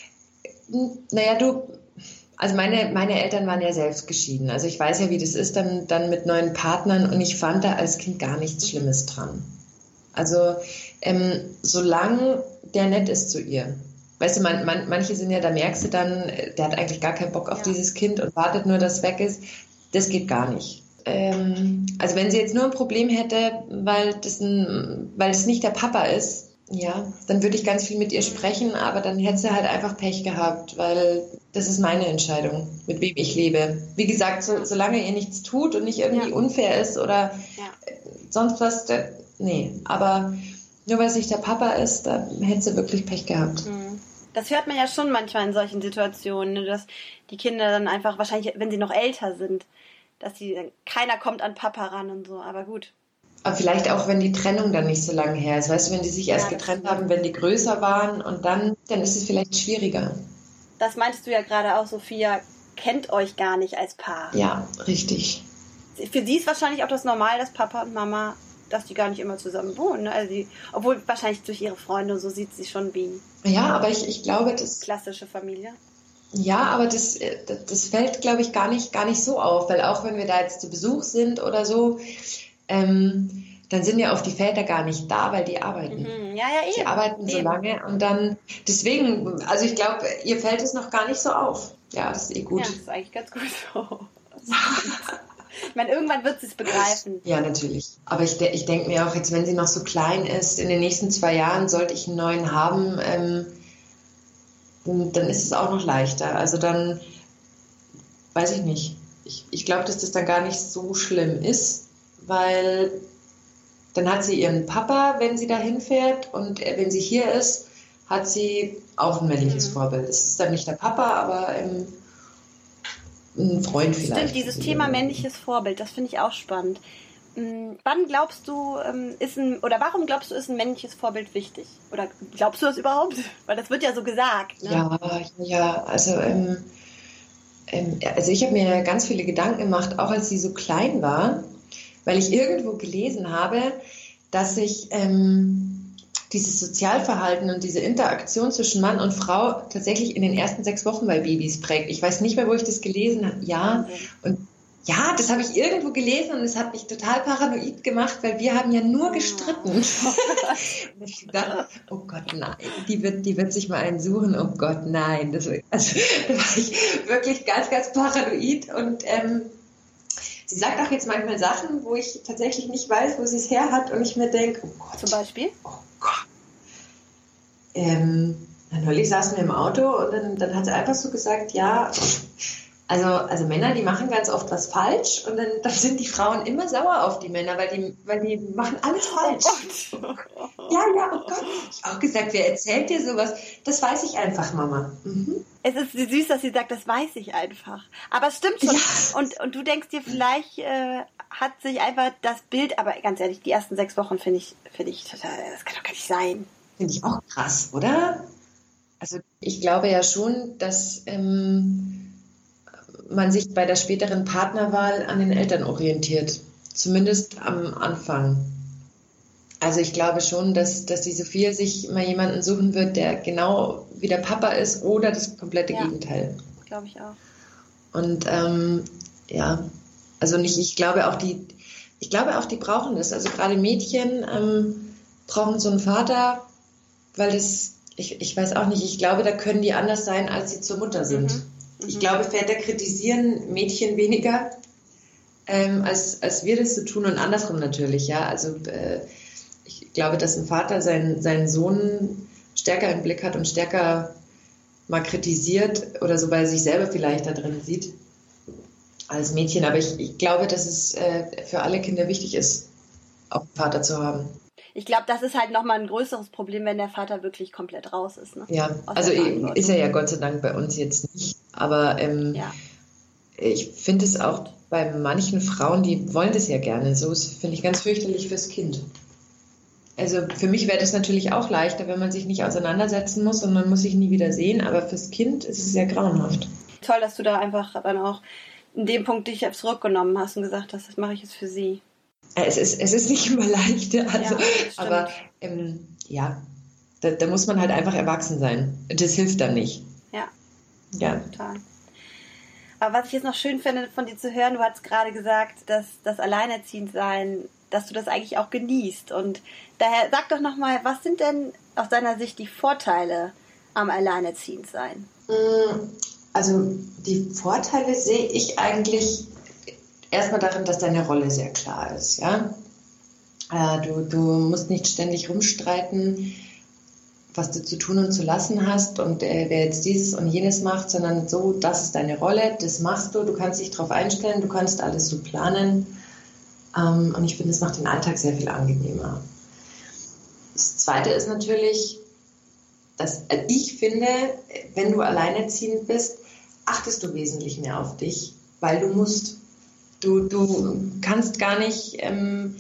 naja, du, also meine, meine Eltern waren ja selbst geschieden. Also ich weiß ja, wie das ist dann, dann mit neuen Partnern und ich fand da als Kind gar nichts Schlimmes dran. Also ähm, solange der nett ist zu ihr. Weißt du, man, man, manche sind ja, da merkst du dann, der hat eigentlich gar keinen Bock auf ja. dieses Kind und wartet nur, dass es weg ist. Das geht gar nicht. Ähm, also wenn sie jetzt nur ein Problem hätte, weil das, ein, weil es nicht der Papa ist, ja, dann würde ich ganz viel mit ihr sprechen, aber dann hätte sie halt einfach Pech gehabt, weil das ist meine Entscheidung, mit wem ich lebe. Wie gesagt, so, solange ihr nichts tut und nicht irgendwie ja. unfair ist oder ja. sonst was, da, nee, aber nur weil es nicht der Papa ist, da hätte sie wirklich Pech gehabt. Das hört man ja schon manchmal in solchen Situationen, ne, dass die Kinder dann einfach, wahrscheinlich, wenn sie noch älter sind, dass sie, keiner kommt an Papa ran und so, aber gut. Aber vielleicht auch, wenn die Trennung dann nicht so lange her ist. Weißt du, wenn die sich erst ja, getrennt haben, wenn die größer waren und dann, dann ist es vielleicht schwieriger. Das meintest du ja gerade auch, Sophia kennt euch gar nicht als Paar. Ja, richtig. Für sie ist wahrscheinlich auch das normal, dass Papa und Mama, dass die gar nicht immer zusammen wohnen. Ne? Also die, obwohl wahrscheinlich durch ihre Freunde, so sieht sie schon wie ja, aber ich, ich glaube, das... klassische Familie. Ja, aber das, das fällt, glaube ich, gar nicht, gar nicht so auf, weil auch wenn wir da jetzt zu Besuch sind oder so, ähm, dann sind ja auch die Väter gar nicht da, weil die arbeiten. Mhm. Ja, ja, eben. Die arbeiten so eben. lange und dann, deswegen, also ich glaube, ihr fällt es noch gar nicht so auf. Ja, das ist eh gut. Ja, das ist eigentlich ganz gut so. Ich meine, irgendwann wird sie es begreifen. Ja, natürlich. Aber ich, ich denke mir auch jetzt, wenn sie noch so klein ist, in den nächsten zwei Jahren sollte ich einen neuen haben, ähm, dann ist es auch noch leichter. Also dann weiß ich nicht. Ich, ich glaube, dass das dann gar nicht so schlimm ist, weil dann hat sie ihren Papa, wenn sie dahin fährt, und wenn sie hier ist, hat sie auch ein männliches mhm. Vorbild. Es ist dann nicht der Papa, aber ähm, ein Freund vielleicht. Stimmt, dieses Thema männliches Vorbild, das finde ich auch spannend. Wann glaubst du, ist ein, oder warum glaubst du, ist ein männliches Vorbild wichtig? Oder glaubst du das überhaupt? Weil das wird ja so gesagt. Ne? Ja, ja, also, ähm, ähm, also ich habe mir ganz viele Gedanken gemacht, auch als sie so klein war, weil ich irgendwo gelesen habe, dass sich ähm, dieses Sozialverhalten und diese Interaktion zwischen Mann und Frau tatsächlich in den ersten sechs Wochen bei Babys prägt. Ich weiß nicht mehr, wo ich das gelesen habe. Ja, und ja, das habe ich irgendwo gelesen und es hat mich total paranoid gemacht, weil wir haben ja nur gestritten. Und ich dachte, oh Gott, nein, die wird, die wird sich mal einen suchen. Oh Gott, nein. Das, also, da war ich wirklich ganz, ganz paranoid. Und ähm, sie sagt auch jetzt manchmal Sachen, wo ich tatsächlich nicht weiß, wo sie es her hat und ich mir denke, oh Gott. Zum Beispiel? Oh Gott. Ähm, neulich saßen wir im Auto und dann, dann hat sie einfach so gesagt, ja... Also, also Männer, die machen ganz oft was falsch und dann, dann sind die Frauen immer sauer auf die Männer, weil die, weil die machen alles falsch. Oh Gott. Ja, ja, oh Gott. Ich habe auch gesagt, wer erzählt dir sowas? Das weiß ich einfach, Mama. Mhm. Es ist süß, dass sie sagt, das weiß ich einfach. Aber es stimmt schon. Ja. Und, und du denkst dir, vielleicht äh, hat sich einfach das Bild, aber ganz ehrlich, die ersten sechs Wochen finde ich, finde ich total, das kann doch gar nicht sein. Finde ich auch krass, oder? Also ich glaube ja schon, dass... Ähm, man sich bei der späteren Partnerwahl an den Eltern orientiert. Zumindest am Anfang. Also ich glaube schon, dass, dass die Sophia sich mal jemanden suchen wird, der genau wie der Papa ist oder das komplette ja, Gegenteil. Glaube ich auch. Und ähm, ja, also nicht, ich glaube auch die, ich glaube auch die brauchen das. Also gerade Mädchen ähm, brauchen so einen Vater, weil das, ich, ich weiß auch nicht, ich glaube, da können die anders sein, als sie zur Mutter sind. Mhm. Ich glaube, Väter kritisieren Mädchen weniger, ähm, als, als wir das so tun und andersrum natürlich, ja. Also äh, ich glaube, dass ein Vater seinen, seinen Sohn stärker im Blick hat und stärker mal kritisiert oder so bei sich selber vielleicht da drin sieht als Mädchen. Aber ich, ich glaube, dass es äh, für alle Kinder wichtig ist, auch einen Vater zu haben. Ich glaube, das ist halt nochmal ein größeres Problem, wenn der Vater wirklich komplett raus ist. Ne? Ja, also ist er ja Gott sei Dank bei uns jetzt nicht. Aber ähm, ja. ich finde es auch bei manchen Frauen, die wollen das ja gerne. So finde ich ganz fürchterlich fürs Kind. Also für mich wäre das natürlich auch leichter, wenn man sich nicht auseinandersetzen muss und man muss sich nie wieder sehen. Aber fürs Kind ist es ja grauenhaft. Toll, dass du da einfach dann auch in dem Punkt dich zurückgenommen hast und gesagt hast, das mache ich jetzt für sie. Es ist, es ist nicht immer leicht, also, ja, aber ähm, ja, da, da muss man halt einfach erwachsen sein. Das hilft dann nicht. Ja, ja. Total. Aber was ich jetzt noch schön finde, von dir zu hören, du hast gerade gesagt, dass das Alleinerziehendsein, dass du das eigentlich auch genießt. Und daher sag doch nochmal, was sind denn aus deiner Sicht die Vorteile am Alleinerziehendsein? Also die Vorteile sehe ich eigentlich erstmal darin, dass deine Rolle sehr klar ist, ja. Äh, du, du musst nicht ständig rumstreiten, was du zu tun und zu lassen hast und äh, wer jetzt dieses und jenes macht, sondern so, das ist deine Rolle, das machst du, du kannst dich darauf einstellen, du kannst alles so planen. Ähm, und ich finde, das macht den Alltag sehr viel angenehmer. Das Zweite ist natürlich, dass äh, ich finde, wenn du alleinerziehend bist, achtest du wesentlich mehr auf dich, weil du musst. Du, du kannst gar nicht, ähm,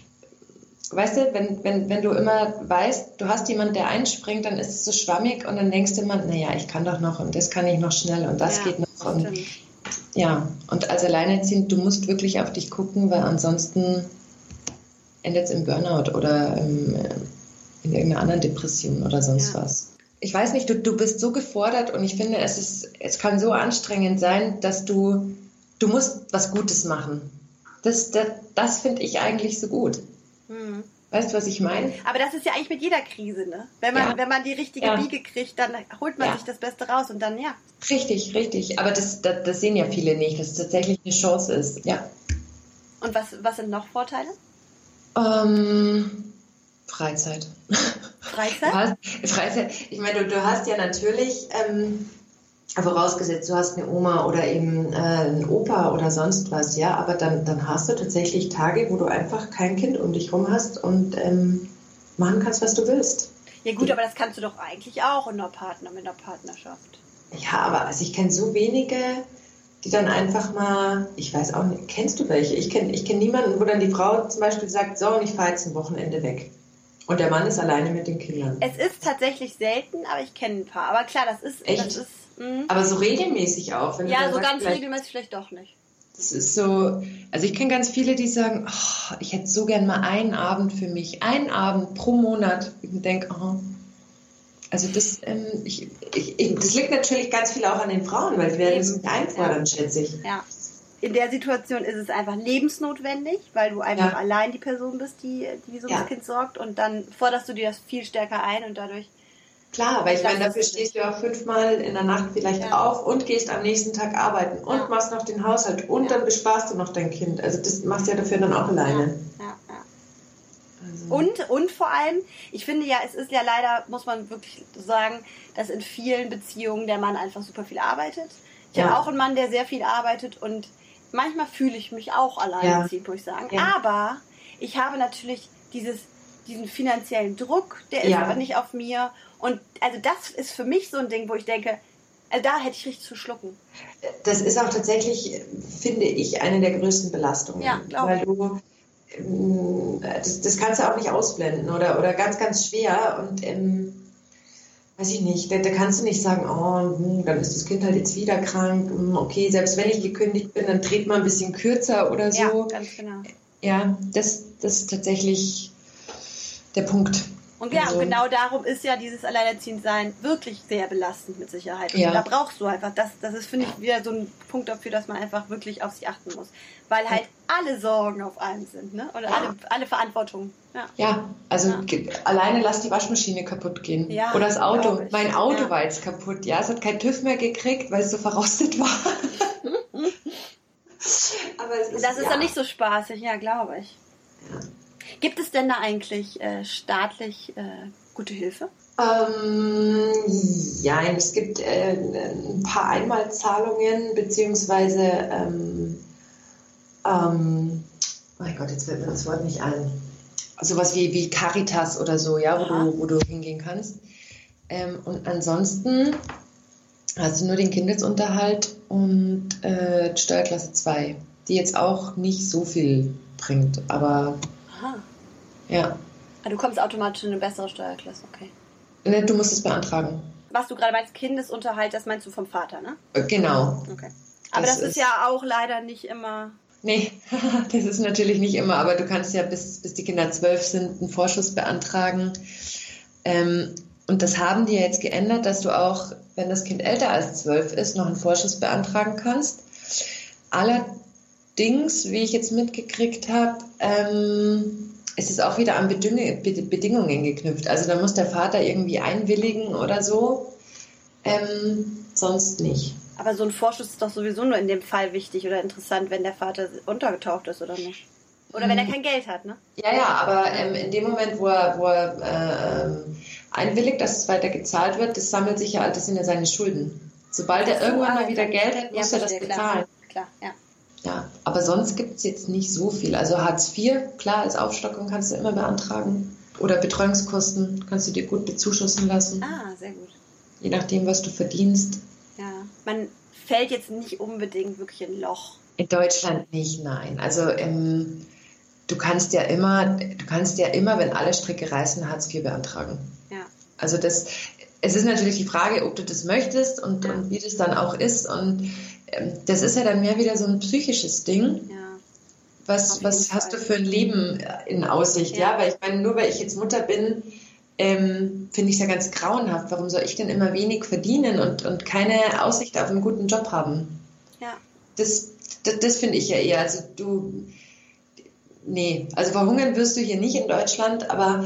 weißt du, wenn, wenn, wenn du immer weißt, du hast jemanden, der einspringt, dann ist es so schwammig und dann denkst du immer, naja, ich kann doch noch und das kann ich noch schnell und das ja, geht noch. Und, ja, und als Alleinerziehend, du musst wirklich auf dich gucken, weil ansonsten endet es im Burnout oder im, in irgendeiner anderen Depression oder sonst ja. was. Ich weiß nicht, du, du bist so gefordert und ich finde, es ist, es kann so anstrengend sein, dass du Du musst was Gutes machen. Das, das, das finde ich eigentlich so gut. Hm. Weißt du, was ich meine? Aber das ist ja eigentlich mit jeder Krise, ne? Wenn man, ja. wenn man die richtige ja. Biege kriegt, dann holt man ja. sich das Beste raus und dann, ja. Richtig, richtig. Aber das, das, das sehen ja viele nicht, dass es tatsächlich eine Chance ist. Ja. Und was, was sind noch Vorteile? Ähm, Freizeit. Freizeit? Du hast, Freizeit. Ich meine, du, du hast ja natürlich... Ähm, vorausgesetzt, du hast eine Oma oder eben äh, einen Opa oder sonst was, ja, aber dann, dann hast du tatsächlich Tage, wo du einfach kein Kind um dich rum hast und ähm, machen kannst, was du willst. Ja gut, aber das kannst du doch eigentlich auch in einer Partner, mit einer Partnerschaft. Ja, aber also ich kenne so wenige, die dann einfach mal, ich weiß auch nicht, kennst du welche? Ich kenne ich kenn niemanden, wo dann die Frau zum Beispiel sagt, so, und ich fahre jetzt ein Wochenende weg. Und der Mann ist alleine mit den Kindern. Es ist tatsächlich selten, aber ich kenne ein paar. Aber klar, das ist... Echt? Das ist, mh. Aber so regelmäßig auch. Wenn ja, du so sagst, ganz vielleicht, regelmäßig vielleicht doch nicht. Das ist so, also ich kenne ganz viele, die sagen, oh, ich hätte so gern mal einen Abend für mich, einen Abend pro Monat. Ich denke, oh, also das, ähm, ich, ich, ich, das liegt natürlich ganz viel auch an den Frauen, weil die werden es nicht einfordern, ja. schätze ich. Ja. In der Situation ist es einfach lebensnotwendig, weil du einfach ja. allein die Person bist, die, die so ja. das Kind sorgt, und dann forderst du dir das viel stärker ein und dadurch... Klar, weil ich meine, dafür stehst du auch fünfmal in der Nacht vielleicht ja. auf und gehst am nächsten Tag arbeiten und ja. machst noch den Haushalt und ja. dann besparst du noch dein Kind. Also das machst du ja dafür dann auch alleine. Ja, ja, ja. Also. Und, und vor allem, ich finde ja, es ist ja leider, muss man wirklich sagen, dass in vielen Beziehungen der Mann einfach super viel arbeitet. Ich ja. habe auch einen Mann, der sehr viel arbeitet, und manchmal fühle ich mich auch alleinerziehend, ja. muss ich sagen. Ja. Aber ich habe natürlich dieses, diesen finanziellen Druck, der ist ja. aber nicht auf mir. Und also das ist für mich so ein Ding, wo ich denke, also da hätte ich richtig zu schlucken. Das ist auch tatsächlich, finde ich, eine der größten Belastungen. Ja, glaube ich. Weil du, das, das kannst du auch nicht ausblenden oder, oder ganz, ganz schwer. Und ähm, weiß ich nicht, da, da kannst du nicht sagen, oh, hm, dann ist das Kind halt jetzt wieder krank. Okay, selbst wenn ich gekündigt bin, dann dreht man ein bisschen kürzer oder so. Ja, ganz genau. Ja, das, das ist tatsächlich der Punkt. Und ja, also, genau darum ist ja dieses Alleinerziehendsein wirklich sehr belastend mit Sicherheit. Und ja. da brauchst du einfach, das, das ist, finde ich, wieder so ein Punkt dafür, dass man einfach wirklich auf sich achten muss. Weil halt alle Sorgen auf einem sind, ne? Oder alle, alle Verantwortung. Ja, ja also ja. alleine lass die Waschmaschine kaputt gehen. Ja, oder das Auto. Mein Auto ja. war jetzt kaputt. Ja, es hat kein TÜV mehr gekriegt, weil es so verrostet war. Aber es ist, das ist ja. dann nicht so spaßig, ja, glaube ich. Ja. Gibt es denn da eigentlich äh, staatlich äh, gute Hilfe? Ähm, ja, es gibt äh, ein paar Einmalzahlungen, beziehungsweise, ähm, ähm, mein Gott, jetzt fällt mir das Wort nicht ein. Sowas wie, wie Caritas oder so, ja, wo du, wo du hingehen kannst. Ähm, und ansonsten hast du nur den Kindesunterhalt und äh, Steuerklasse zwei, die jetzt auch nicht so viel bringt, aber... Aha. Ja. Ah, du kommst automatisch in eine bessere Steuerklasse, okay. Ne, du musst es beantragen. Was du gerade meinst, Kindesunterhalt, das meinst du vom Vater, ne? Genau. Okay. Aber das, das ist, ist ja auch leider nicht immer... Nee, das ist natürlich nicht immer, aber du kannst ja bis, bis die Kinder zwölf sind einen Vorschuss beantragen. Ähm, und das haben die ja jetzt geändert, dass du auch, wenn das Kind älter als zwölf ist, noch einen Vorschuss beantragen kannst. Allerdings, wie ich jetzt mitgekriegt habe, ähm, ist es auch wieder an Beding- Bedingungen geknüpft. Also da muss der Vater irgendwie einwilligen oder so, ähm, sonst nicht. Aber so ein Vorschuss ist doch sowieso nur in dem Fall wichtig oder interessant, wenn der Vater untergetaucht ist, oder nicht? Oder hm. wenn er kein Geld hat, ne? Ja, ja, aber ähm, in dem Moment, wo er, wo er äh, einwilligt, dass es weiter gezahlt wird, das sammelt sich ja, das sind ja seine Schulden. Sobald er irgendwann mal wieder Geld hat, muss er das bezahlen. Klar, ja. Ja, aber sonst gibt es jetzt nicht so viel. Also Hartz vier, klar, als Aufstockung kannst du immer beantragen. Oder Betreuungskosten kannst du dir gut bezuschussen lassen. Ah, sehr gut. Je nachdem, was du verdienst. Ja, man fällt jetzt nicht unbedingt wirklich in ein Loch. In Deutschland nicht, nein. Also ähm, du kannst ja immer, du kannst ja immer, wenn alle Stricke reißen, Hartz vier beantragen. Ja. Also das, es ist natürlich die Frage, ob du das möchtest und, ja. und wie das dann auch ist. Und ähm, das ist ja dann mehr wieder so ein psychisches Ding. Ja. Was, was hast du für ein Leben in Aussicht? Ja, ja? Weil ich meine, nur weil ich jetzt Mutter bin, ähm, finde ich es ja ganz grauenhaft. Warum soll ich denn immer wenig verdienen und, und keine Aussicht auf einen guten Job haben? Ja. Das, das, das finde ich ja eher. Also du, nee, also verhungern wirst du hier nicht in Deutschland, aber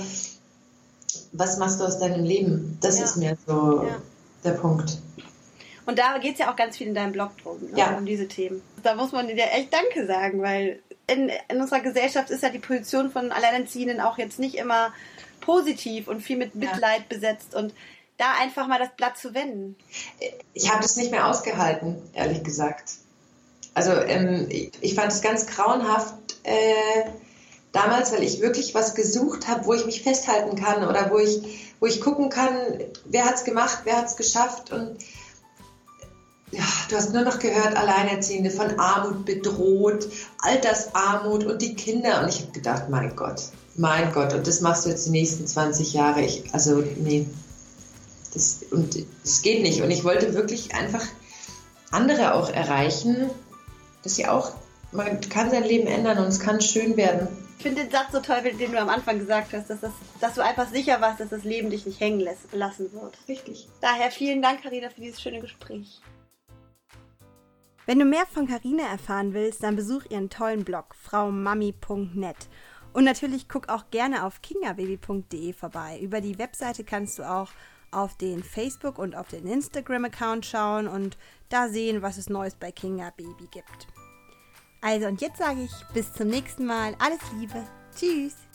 was machst du aus deinem Leben? Das ja. ist mir so ja. der Punkt. Und da geht es ja auch ganz viel in deinem Blog drum, ne? Ja. Um diese Themen. Da muss man dir echt Danke sagen, weil in, in unserer Gesellschaft ist ja die Position von Alleinerziehenden auch jetzt nicht immer positiv und viel mit Mitleid ja. besetzt. Und da einfach mal das Blatt zu wenden? Ich habe das nicht mehr ausgehalten, ehrlich gesagt. Also ähm, ich, ich fand es ganz grauenhaft äh, damals, weil ich wirklich was gesucht habe, wo ich mich festhalten kann oder wo ich, wo ich gucken kann, wer hat es gemacht, wer hat es geschafft. Und ja, du hast nur noch gehört, Alleinerziehende, von Armut bedroht, Altersarmut und die Kinder. Und ich habe gedacht, mein Gott, mein Gott, und das machst du jetzt die nächsten zwanzig Jahre. Ich, also nee, das, und das geht nicht. Und ich wollte wirklich einfach andere auch erreichen, dass sie auch, man kann sein Leben ändern und es kann schön werden. Ich finde den Satz so toll, den du am Anfang gesagt hast, dass, das, dass du einfach sicher warst, dass das Leben dich nicht hängen lässt, lassen wird. Richtig. Daher vielen Dank, Carina, für dieses schöne Gespräch. Wenn du mehr von Carina erfahren willst, dann besuch ihren tollen Blog frau mami punkt net. Und natürlich guck auch gerne auf kingababy punkt de vorbei. Über die Webseite kannst du auch auf den Facebook- und auf den Instagram-Account schauen und da sehen, was es Neues bei Kinga Baby gibt. Also und jetzt sage ich bis zum nächsten Mal. Alles Liebe. Tschüss.